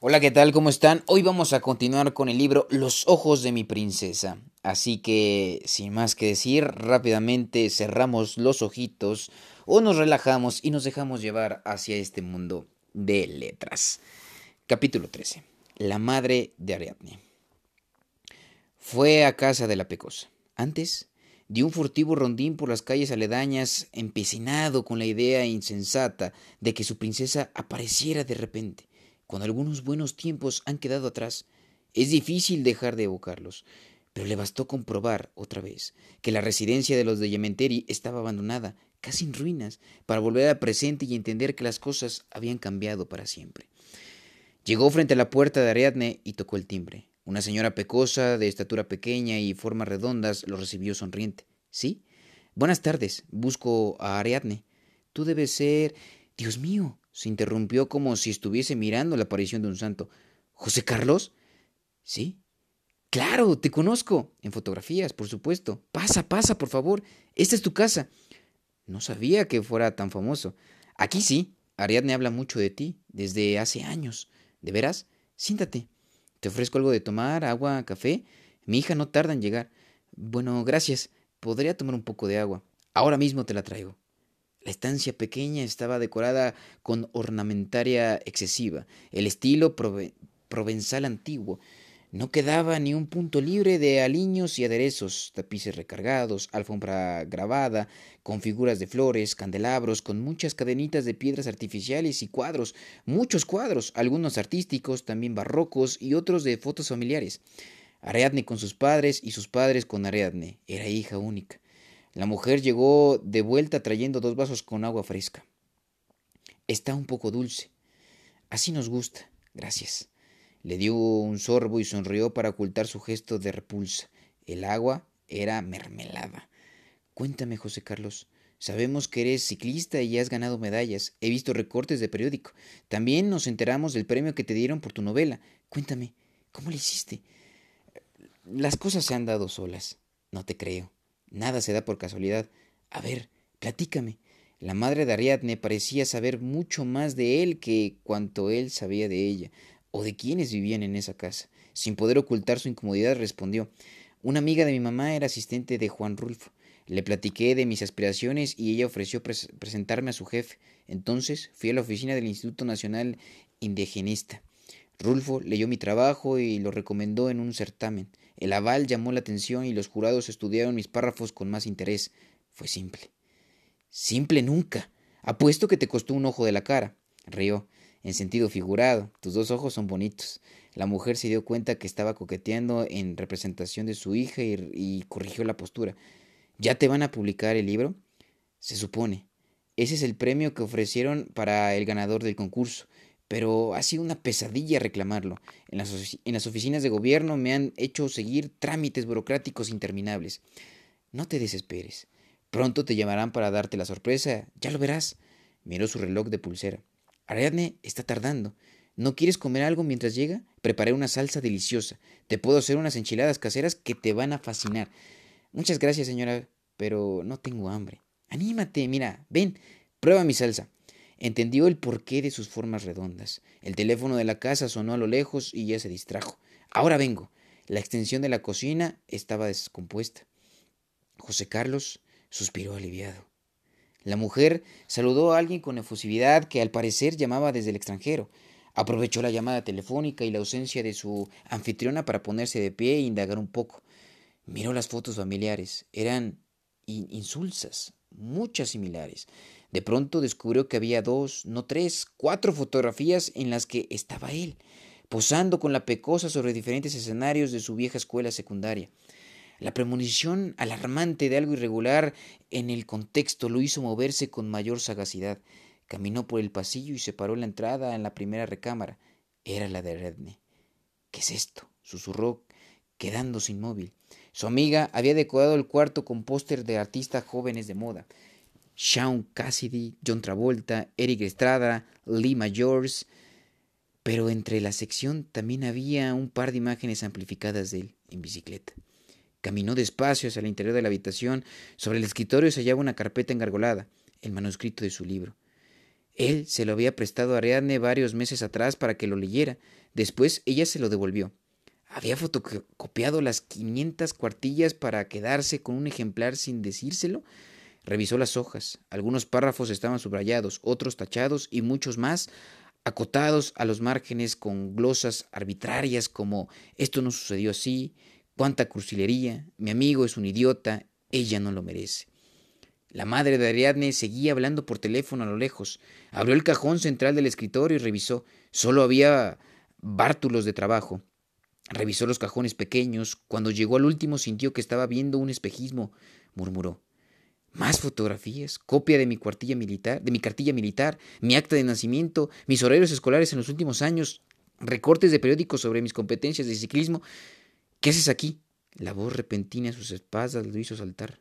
Hola, ¿qué tal? ¿Cómo están? Hoy vamos a continuar con el libro Los ojos de mi princesa. Así que, sin más que decir, rápidamente cerramos los ojitos o nos relajamos y nos dejamos llevar hacia este mundo de letras. Capítulo 13. La madre de Ariadne. Fue a casa de la Pecosa. Antes, dio un furtivo rondín por las calles aledañas, empecinado con la idea insensata de que su princesa apareciera de repente. Cuando algunos buenos tiempos han quedado atrás, es difícil dejar de evocarlos, pero le bastó comprobar otra vez que la residencia de los de Yementeri estaba abandonada, casi en ruinas, para volver al presente y entender que las cosas habían cambiado para siempre. Llegó frente a la puerta de Ariadne y tocó el timbre. Una señora pecosa, de estatura pequeña y formas redondas, lo recibió sonriente. ¿Sí? Buenas tardes. Busco a Ariadne. Tú debes ser... Dios mío, se interrumpió como si estuviese mirando la aparición de un santo. ¿José Carlos? Sí. Claro, te conozco. En fotografías, por supuesto. Pasa, pasa, por favor. Esta es tu casa. No sabía que fuera tan famoso. Aquí sí, Ariadne habla mucho de ti, desde hace años. ¿De veras? Siéntate. Te ofrezco algo de tomar, agua, café. Mi hija no tarda en llegar. Bueno, gracias. Podría tomar un poco de agua. Ahora mismo te la traigo. La estancia pequeña estaba decorada con ornamentaria excesiva, el estilo provenzal antiguo. No quedaba ni un punto libre de aliños y aderezos, tapices recargados, alfombra grabada, con figuras de flores, candelabros, con muchas cadenitas de piedras artificiales y cuadros, muchos cuadros, algunos artísticos, también barrocos y otros de fotos familiares. Ariadne con sus padres y sus padres con Ariadne, era hija única. La mujer llegó de vuelta trayendo 2 vasos con agua fresca. Está un poco dulce. Así nos gusta. Gracias. Le dio un sorbo y sonrió para ocultar su gesto de repulsa. El agua era mermelada. Cuéntame, José Carlos. Sabemos que eres ciclista y has ganado medallas. He visto recortes de periódico. También nos enteramos del premio que te dieron por tu novela. Cuéntame, ¿cómo le hiciste? Las cosas se han dado solas. No te creo. Nada se da por casualidad. A ver, platícame. La madre de Ariadne parecía saber mucho más de él que cuanto él sabía de ella, o de quienes vivían en esa casa. Sin poder ocultar su incomodidad, respondió: Una amiga de mi mamá era asistente de Juan Rulfo. Le platiqué de mis aspiraciones y ella ofreció presentarme a su jefe. Entonces fui a la oficina del Instituto Nacional Indigenista. Rulfo leyó mi trabajo y lo recomendó en un certamen. El aval llamó la atención y los jurados estudiaron mis párrafos con más interés. Fue simple. Simple nunca. Apuesto que te costó un ojo de la cara. Rió, en sentido figurado. Tus 2 ojos son bonitos. La mujer se dio cuenta que estaba coqueteando en representación de su hija y corrigió la postura. ¿Ya te van a publicar el libro? Se supone. Ese es el premio que ofrecieron para el ganador del concurso. Pero ha sido una pesadilla reclamarlo. En las oficinas de gobierno me han hecho seguir trámites burocráticos interminables. No te desesperes. Pronto te llamarán para darte la sorpresa. Ya lo verás. Miró su reloj de pulsera. Ariadne está tardando. ¿No quieres comer algo mientras llega? Preparé una salsa deliciosa. Te puedo hacer unas enchiladas caseras que te van a fascinar. Muchas gracias, señora, pero no tengo hambre. Anímate, mira, ven, prueba mi salsa. Entendió el porqué de sus formas redondas. El teléfono de la casa sonó a lo lejos y ya se distrajo. Ahora vengo. La extensión de la cocina estaba descompuesta. José Carlos suspiró aliviado. La mujer saludó a alguien con efusividad que al parecer llamaba desde el extranjero. Aprovechó la llamada telefónica y la ausencia de su anfitriona para ponerse de pie e indagar un poco. Miró las fotos familiares. Eran insulsas, muchas similares. De pronto descubrió que había 2, no 3, 4 fotografías en las que estaba él, posando con la pecosa sobre diferentes escenarios de su vieja escuela secundaria. La premonición alarmante de algo irregular en el contexto lo hizo moverse con mayor sagacidad. Caminó por el pasillo y se paró en la entrada en la primera recámara. Era la de Redne. ¿Qué es esto? Susurró, quedándose inmóvil. Su amiga había decorado el cuarto con póster de artistas jóvenes de moda. Shaun Cassidy, John Travolta, Eric Estrada, Lee Majors. Pero entre la sección también había un par de imágenes amplificadas de él en bicicleta. Caminó despacio hacia el interior de la habitación. Sobre el escritorio se hallaba una carpeta engargolada, el manuscrito de su libro. Él se lo había prestado a Ariadne varios meses atrás para que lo leyera. Después ella se lo devolvió. Había fotocopiado las 500 cuartillas para quedarse con un ejemplar sin decírselo. Revisó las hojas. Algunos párrafos estaban subrayados, otros tachados y muchos más acotados a los márgenes con glosas arbitrarias como esto no sucedió así, cuánta cursilería, mi amigo es un idiota, ella no lo merece. La madre de Ariadne seguía hablando por teléfono a lo lejos. Abrió el cajón central del escritorio y revisó. Solo había bártulos de trabajo. Revisó los cajones pequeños. Cuando llegó al último sintió que estaba viendo un espejismo. Murmuró. Más fotografías, copia de mi cartilla militar, mi acta de nacimiento, mis horarios escolares en los últimos años, recortes de periódicos sobre mis competencias de ciclismo. ¿Qué haces aquí? La voz repentina a sus espaldas lo hizo saltar.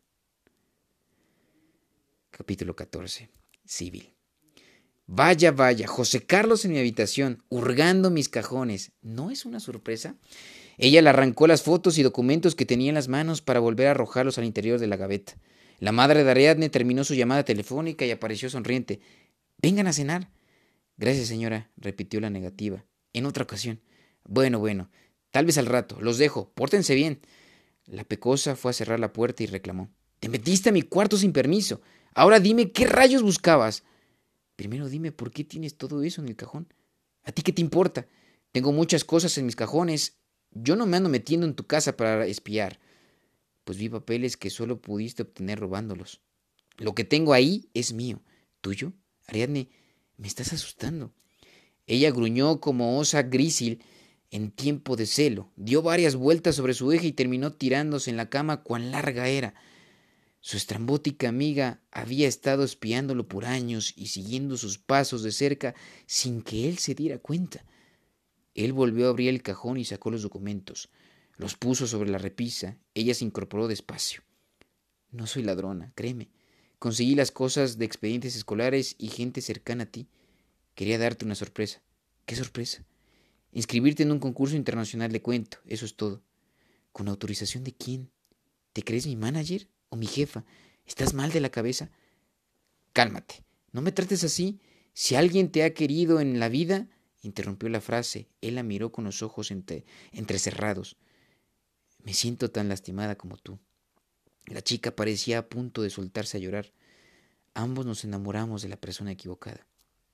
Capítulo 14. Civil. Vaya, vaya, José Carlos en mi habitación, hurgando mis cajones. ¿No es una sorpresa? Ella le arrancó las fotos y documentos que tenía en las manos para volver a arrojarlos al interior de la gaveta. La madre de Ariadne terminó su llamada telefónica y apareció sonriente. «Vengan a cenar». «Gracias, señora», repitió la negativa. «En otra ocasión». Bueno, tal vez al rato. Los dejo. Pórtense bien». La pecosa fue a cerrar la puerta y reclamó. «Te metiste a mi cuarto sin permiso. Ahora dime qué rayos buscabas». «Primero dime por qué tienes todo eso en el cajón». «¿A ti qué te importa? Tengo muchas cosas en mis cajones. Yo no me ando metiendo en tu casa para espiar». «Pues vi papeles que solo pudiste obtener robándolos». «Lo que tengo ahí es mío». «¿Tuyo? Ariadne, me estás asustando». Ella gruñó como osa grísil en tiempo de celo. Dio varias vueltas sobre su eje y terminó tirándose en la cama cuán larga era. Su estrambótica amiga había estado espiándolo por años y siguiendo sus pasos de cerca sin que él se diera cuenta. Él volvió a abrir el cajón y sacó los documentos. Los puso sobre la repisa. Ella se incorporó despacio. «No soy ladrona, créeme. Conseguí las cosas de expedientes escolares y gente cercana a ti. Quería darte una sorpresa». «¿Qué sorpresa?» «Inscribirte en un concurso internacional de cuento, eso es todo». «¿Con autorización de quién? ¿Te crees mi manager o mi jefa? ¿Estás mal de la cabeza?» «Cálmate, no me trates así. Si alguien te ha querido en la vida», interrumpió la frase. Él la miró con los ojos entrecerrados. «Me siento tan lastimada como tú». La chica parecía a punto de soltarse a llorar. «Ambos nos enamoramos de la persona equivocada».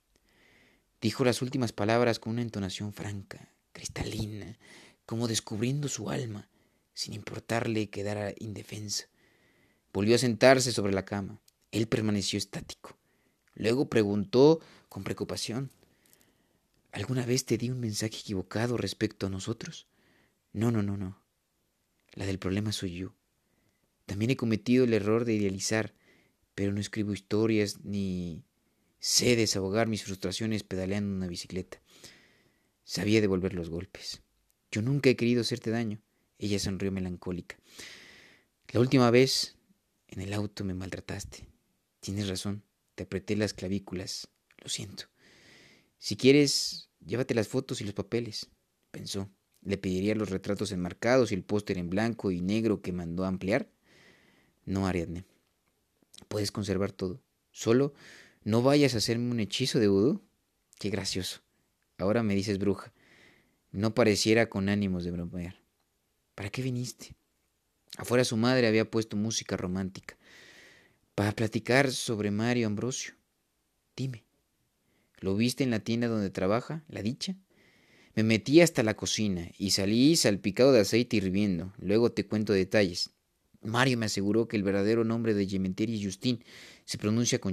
Dijo las últimas palabras con una entonación franca, cristalina, como descubriendo su alma, sin importarle quedara indefensa. Volvió a sentarse sobre la cama. Él permaneció estático. Luego preguntó con preocupación. «¿Alguna vez te di un mensaje equivocado respecto a nosotros?» No. La del problema soy yo. También he cometido el error de idealizar, pero no escribo historias ni sé desahogar mis frustraciones pedaleando una bicicleta. Sabía devolver los golpes. Yo nunca he querido hacerte daño. Ella sonrió melancólica. La última vez en el auto me maltrataste. Tienes razón, te apreté las clavículas. Lo siento. Si quieres, llévate las fotos y los papeles, pensó. ¿Le pediría los retratos enmarcados y el póster en blanco y negro que mandó a ampliar? No, Ariadne. Puedes conservar todo. Solo no vayas a hacerme un hechizo de vudú. Qué gracioso. Ahora me dices bruja. No pareciera con ánimos de bromear. ¿Para qué viniste? Afuera su madre había puesto música romántica. Para platicar sobre Mario Ambrosio. Dime, ¿lo viste en la tienda donde trabaja, la dicha? Me metí hasta la cocina y salí salpicado de aceite hirviendo. Luego te cuento detalles. Mario me aseguró que el verdadero nombre de Yementeri Justin se pronuncia con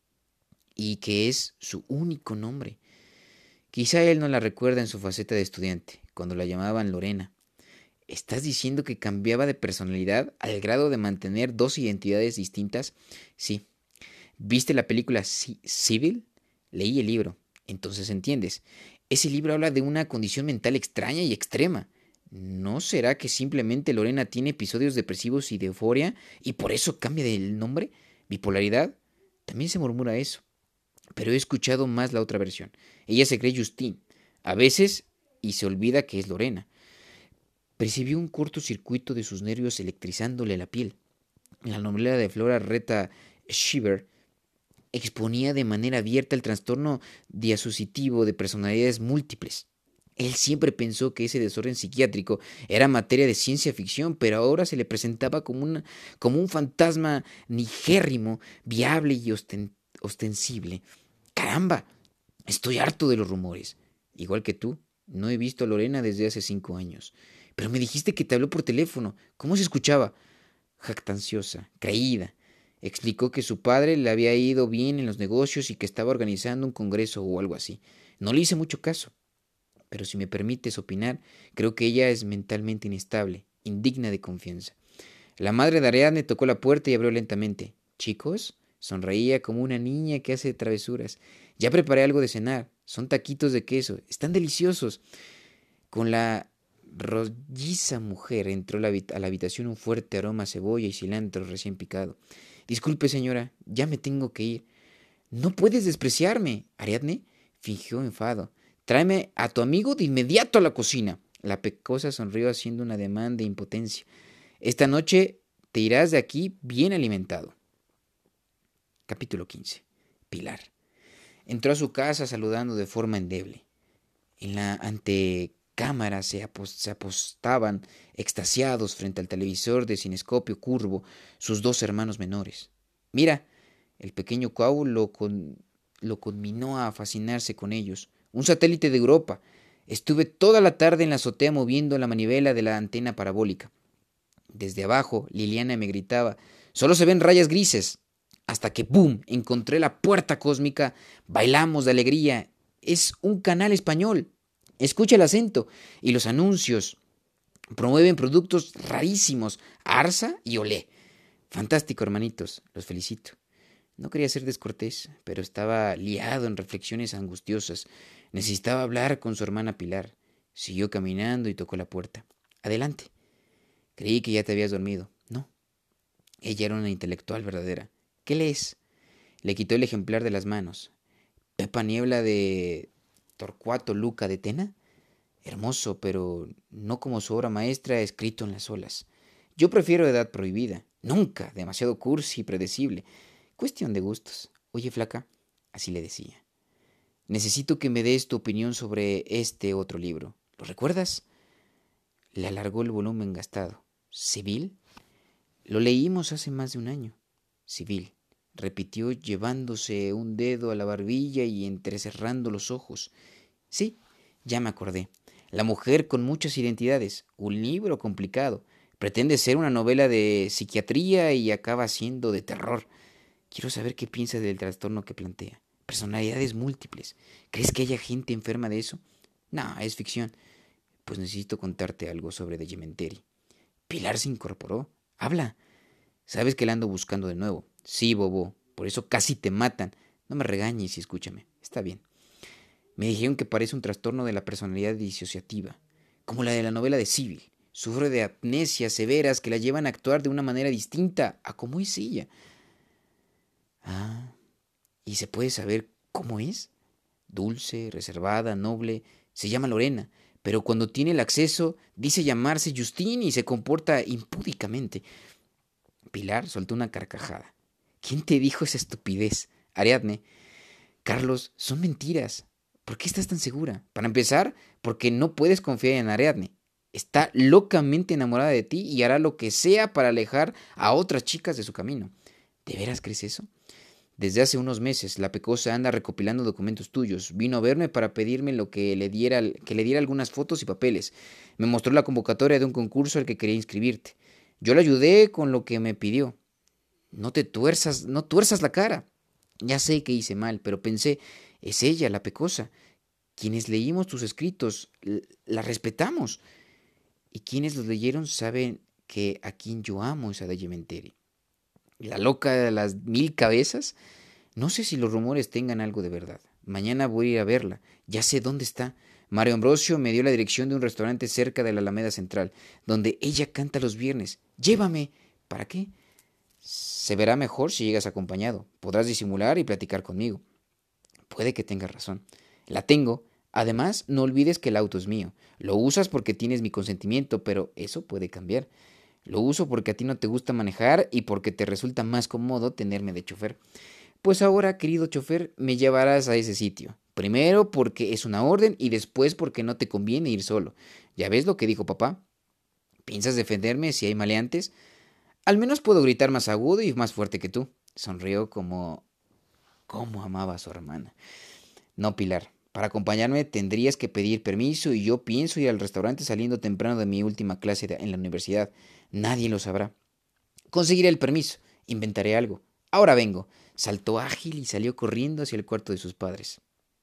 y que es su único nombre. Quizá él no la recuerda en su faceta de estudiante, cuando la llamaban Lorena. ¿Estás diciendo que cambiaba de personalidad al grado de mantener dos identidades distintas? Sí. ¿Viste la película Civil? Leí el libro. Entonces entiendes. Ese libro habla de una condición mental extraña y extrema. ¿No será que simplemente Lorena tiene episodios depresivos y de euforia y por eso cambia del nombre? ¿Bipolaridad? También se murmura eso. Pero he escuchado más la otra versión. Ella se cree Justine, a veces, y se olvida que es Lorena. Percibió un cortocircuito de sus nervios electrizándole la piel. La novela de Flora Reta Shiver exponía de manera abierta el trastorno disociativo de personalidades múltiples. Él siempre pensó que ese desorden psiquiátrico era materia de ciencia ficción, pero ahora se le presentaba como un fantasma nigérrimo, viable y ostensible. ¡Caramba! Estoy harto de los rumores. Igual que tú, no he visto a Lorena desde hace 5 años. Pero me dijiste que te habló por teléfono. ¿Cómo se escuchaba? Jactanciosa, creída. Explicó que su padre le había ido bien en los negocios y que estaba organizando un congreso o algo así. No le hice mucho caso. Pero si me permites opinar, creo que ella es mentalmente inestable, indigna de confianza. La madre de Ariadne tocó la puerta y abrió lentamente. ¿Chicos? Sonreía como una niña que hace travesuras. Ya preparé algo de cenar. Son taquitos de queso. Están deliciosos. Con la rolliza mujer entró a la habitación un fuerte aroma a cebolla y cilantro recién picado. Disculpe, señora, ya me tengo que ir. No puedes despreciarme. Ariadne fingió enfado. Tráeme a tu amigo de inmediato a la cocina. La pecosa sonrió haciendo un ademán de impotencia. Esta noche te irás de aquí bien alimentado. Capítulo 15. Pilar. Entró a su casa saludando de forma endeble. En la antecámara se apostaban, extasiados frente al televisor de cinescopio curvo, sus 2 hermanos menores. Mira, el pequeño Cuau lo conminó a fascinarse con ellos. Un satélite de Europa. Estuve toda la tarde en la azotea moviendo la manivela de la antena parabólica. Desde abajo, Liliana me gritaba, solo se ven rayas grises. Hasta que, ¡boom!, encontré la puerta cósmica. Bailamos de alegría. Es un canal español. Escucha el acento y los anuncios. Promueven productos rarísimos. Arsa y Olé. Fantástico, hermanitos. Los felicito. No quería ser descortés, pero estaba liado en reflexiones angustiosas. Necesitaba hablar con su hermana Pilar. Siguió caminando y tocó la puerta. Adelante. Creí que ya te habías dormido. No. Ella era una intelectual verdadera. ¿Qué lees? Le quitó el ejemplar de las manos. Pepa Niebla de Torcuato Luca de Tena. Hermoso, pero no como su obra maestra escrito en las olas. Yo prefiero Edad Prohibida. Nunca, demasiado cursi y predecible. Cuestión de gustos. Oye, flaca, así le decía. Necesito que me des tu opinión sobre este otro libro. ¿Lo recuerdas? Le alargó el volumen gastado. ¿Civil? Lo leímos hace más de un año. Civil, repitió llevándose un dedo a la barbilla y entrecerrando los ojos. Sí, ya me acordé. La mujer con muchas identidades. Un libro complicado. Pretende ser una novela de psiquiatría y acaba siendo de terror. Quiero saber qué piensas del trastorno que plantea. Personalidades múltiples. ¿Crees que haya gente enferma de eso? No, es ficción. Pues necesito contarte algo sobre De Gementeri. Pilar se incorporó. Habla. Sabes que la ando buscando de nuevo. Sí, bobo. Por eso casi te matan. No me regañes y escúchame. Está bien. Me dijeron que parece un trastorno de la personalidad disociativa, como la de la novela de Civil. Sufre de amnesias severas que la llevan a actuar de una manera distinta a cómo es ella. Ah, ¿y se puede saber cómo es? Dulce, reservada, noble. Se llama Lorena, pero cuando tiene el acceso dice llamarse Justine y se comporta impúdicamente. Pilar soltó una carcajada. ¿Quién te dijo esa estupidez? Ariadne. Carlos, son mentiras. ¿Por qué estás tan segura? Para empezar, porque no puedes confiar en Ariadne. Está locamente enamorada de ti y hará lo que sea para alejar a otras chicas de su camino. ¿De veras crees eso? Desde hace unos meses, la pecosa anda recopilando documentos tuyos. Vino a verme para pedirme que le diera algunas fotos y papeles. Me mostró la convocatoria de un concurso al que quería inscribirte. Yo le ayudé con lo que me pidió. No tuerzas la cara. Ya sé que hice mal, pero pensé, es ella, la pecosa. Quienes leímos tus escritos, la respetamos. Y quienes los leyeron saben que a quien yo amo es a De Gementeri. La loca de las 1000 cabezas. No sé si los rumores tengan algo de verdad. Mañana voy a ir a verla. Ya sé dónde está. Mario Ambrosio me dio la dirección de un restaurante cerca de la Alameda Central, donde ella canta los viernes. Llévame. ¿Para qué? Se verá mejor si llegas acompañado. Podrás disimular y platicar conmigo. Puede que tengas razón. La tengo. Además, no olvides que el auto es mío. Lo usas porque tienes mi consentimiento, pero eso puede cambiar. Lo uso porque a ti no te gusta manejar y porque te resulta más cómodo tenerme de chofer. Pues ahora, querido chofer, me llevarás a ese sitio. Primero porque es una orden y después porque no te conviene ir solo. ¿Ya ves lo que dijo papá? ¿Piensas defenderme si hay maleantes? Al menos puedo gritar más agudo y más fuerte que tú. Sonrió como amaba a su hermana. No, Pilar. Para acompañarme tendrías que pedir permiso y yo pienso ir al restaurante saliendo temprano de mi última clase en la universidad. Nadie lo sabrá. Conseguiré el permiso. Inventaré algo. Ahora vengo. Saltó ágil y salió corriendo hacia el cuarto de sus padres.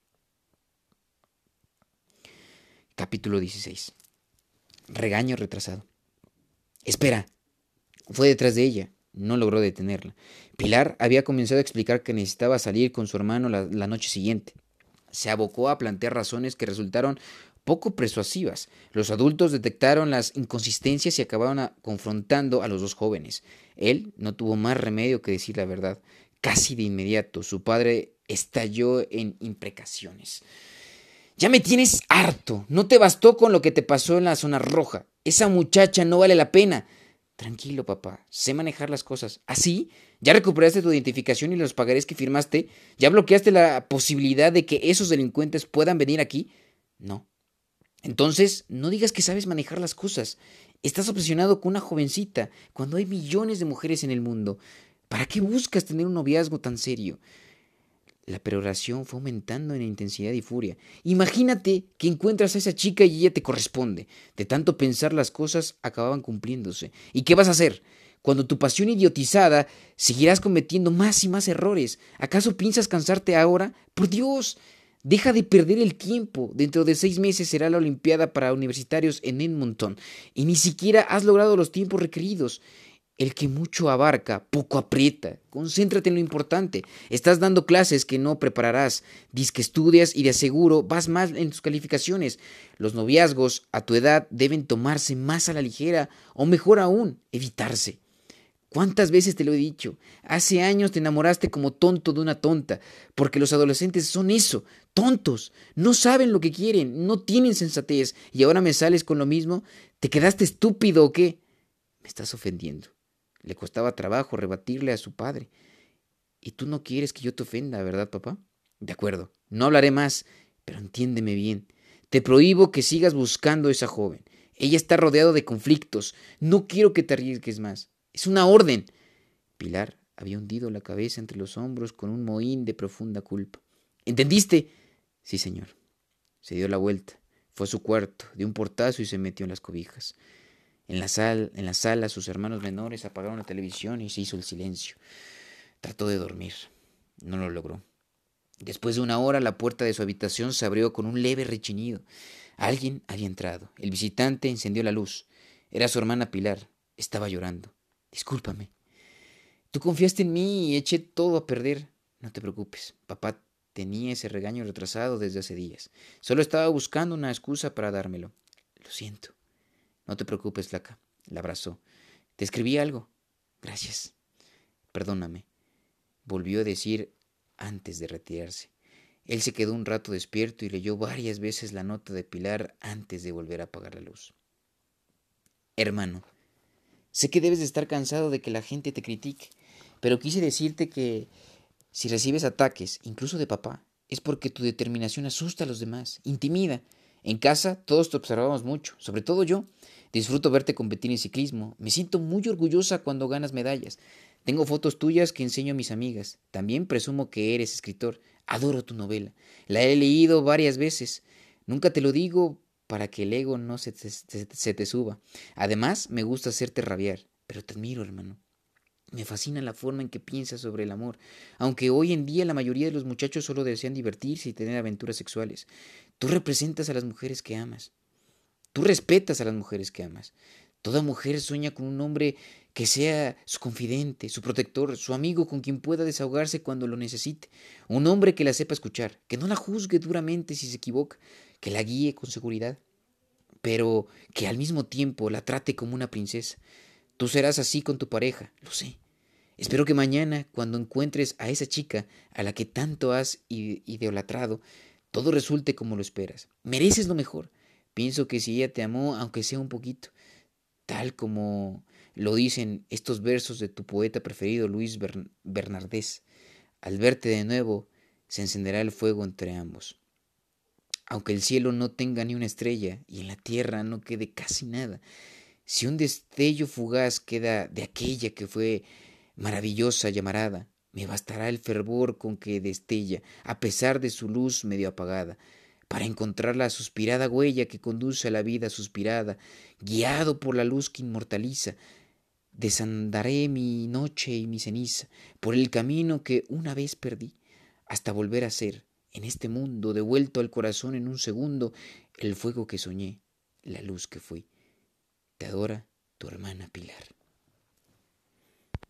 Capítulo 16. Regaño retrasado. Espera. Fue detrás de ella. No logró detenerla. Pilar había comenzado a explicar que necesitaba salir con su hermano la noche siguiente. Se abocó a plantear razones que resultaron poco persuasivas. Los adultos detectaron las inconsistencias y acabaron confrontando a los dos jóvenes. Él no tuvo más remedio que decir la verdad. Casi de inmediato, su padre estalló en imprecaciones. Ya me tienes harto. No te bastó con lo que te pasó en la zona roja. Esa muchacha no vale la pena. Tranquilo, papá. Sé manejar las cosas. ¿Así? ¿Ya recuperaste tu identificación y los pagarés que firmaste? ¿Ya bloqueaste la posibilidad de que esos delincuentes puedan venir aquí? No. Entonces, no digas que sabes manejar las cosas. Estás obsesionado con una jovencita, cuando hay millones de mujeres en el mundo. ¿Para qué buscas tener un noviazgo tan serio? La peroración fue aumentando en intensidad y furia. Imagínate que encuentras a esa chica y ella te corresponde. De tanto pensar las cosas acababan cumpliéndose. ¿Y qué vas a hacer? Cuando tu pasión idiotizada seguirás cometiendo más y más errores. ¿Acaso piensas cansarte ahora? Por Dios, deja de perder el tiempo. Dentro de 6 meses será la Olimpiada para universitarios en Edmonton y ni siquiera has logrado los tiempos requeridos. El que mucho abarca, poco aprieta. Concéntrate en lo importante. Estás dando clases que no prepararás. Diz que estudias y de aseguro vas mal en tus calificaciones. Los noviazgos a tu edad deben tomarse más a la ligera o mejor aún, evitarse. ¿Cuántas veces te lo he dicho? Hace años te enamoraste como tonto de una tonta, porque los adolescentes son eso, tontos. No saben lo que quieren, no tienen sensatez, y ahora me sales con lo mismo. ¿Te quedaste estúpido o qué? Me estás ofendiendo. Le costaba trabajo rebatirle a su padre. Y tú no quieres que yo te ofenda, ¿verdad, papá? De acuerdo, no hablaré más, pero entiéndeme bien. Te prohíbo que sigas buscando a esa joven. Ella está rodeada de conflictos. No quiero que te arriesgues más. Es una orden. Pilar había hundido la cabeza entre los hombros con un mohín de profunda culpa. ¿Entendiste? Sí, señor. Se dio la vuelta. Fue a su cuarto, dio un portazo y se metió en las cobijas. En la sala, sus hermanos menores apagaron la televisión y se hizo el silencio. Trató de dormir. No lo logró. Después de una hora, la puerta de su habitación se abrió con un leve rechinido. Alguien había entrado. El visitante encendió la luz. Era su hermana Pilar. Estaba llorando. Discúlpame. Tú confiaste en mí y eché todo a perder. No te preocupes. Papá tenía ese regaño retrasado desde hace días. Solo estaba buscando una excusa para dármelo. Lo siento. No te preocupes, flaca. La abrazó. Te escribí algo. Gracias. Perdóname. Volvió a decir antes de retirarse. Él se quedó un rato despierto y leyó varias veces la nota de Pilar antes de volver a apagar la luz. Hermano, sé que debes de estar cansado de que la gente te critique, pero quise decirte que si recibes ataques, incluso de papá, es porque tu determinación asusta a los demás, intimida. En casa todos te observamos mucho, sobre todo yo. Disfruto verte competir en ciclismo. Me siento muy orgullosa cuando ganas medallas. Tengo fotos tuyas que enseño a mis amigas. También presumo que eres escritor. Adoro tu novela. La he leído varias veces. Nunca te lo digo para que el ego no se te suba. Además, me gusta hacerte rabiar. Pero te admiro, hermano. Me fascina la forma en que piensas sobre el amor, aunque hoy en día la mayoría de los muchachos solo desean divertirse y tener aventuras sexuales. Tú representas a las mujeres que amas. Tú respetas a las mujeres que amas. Toda mujer sueña con un hombre que sea su confidente, su protector, su amigo con quien pueda desahogarse cuando lo necesite. Un hombre que la sepa escuchar, que no la juzgue duramente si se equivoca, que la guíe con seguridad, pero que al mismo tiempo la trate como una princesa. Tú serás así con tu pareja, lo sé. Espero que mañana, cuando encuentres a esa chica a la que tanto has idolatrado, todo resulte como lo esperas. Mereces lo mejor. Pienso que si ella te amó, aunque sea un poquito, tal como lo dicen estos versos de tu poeta preferido, Luis Bernardés, Al verte de nuevo, se encenderá el fuego entre ambos. Aunque el cielo no tenga ni una estrella y en la tierra no quede casi nada, si un destello fugaz queda de aquella que fue maravillosa llamarada, me bastará el fervor con que destella, a pesar de su luz medio apagada, para encontrar la suspirada huella que conduce a la vida suspirada, guiado por la luz que inmortaliza. Desandaré mi noche y mi ceniza por el camino que una vez perdí, hasta volver a ser, en este mundo, devuelto al corazón en un segundo, el fuego que soñé, la luz que fui. Te adora tu hermana Pilar.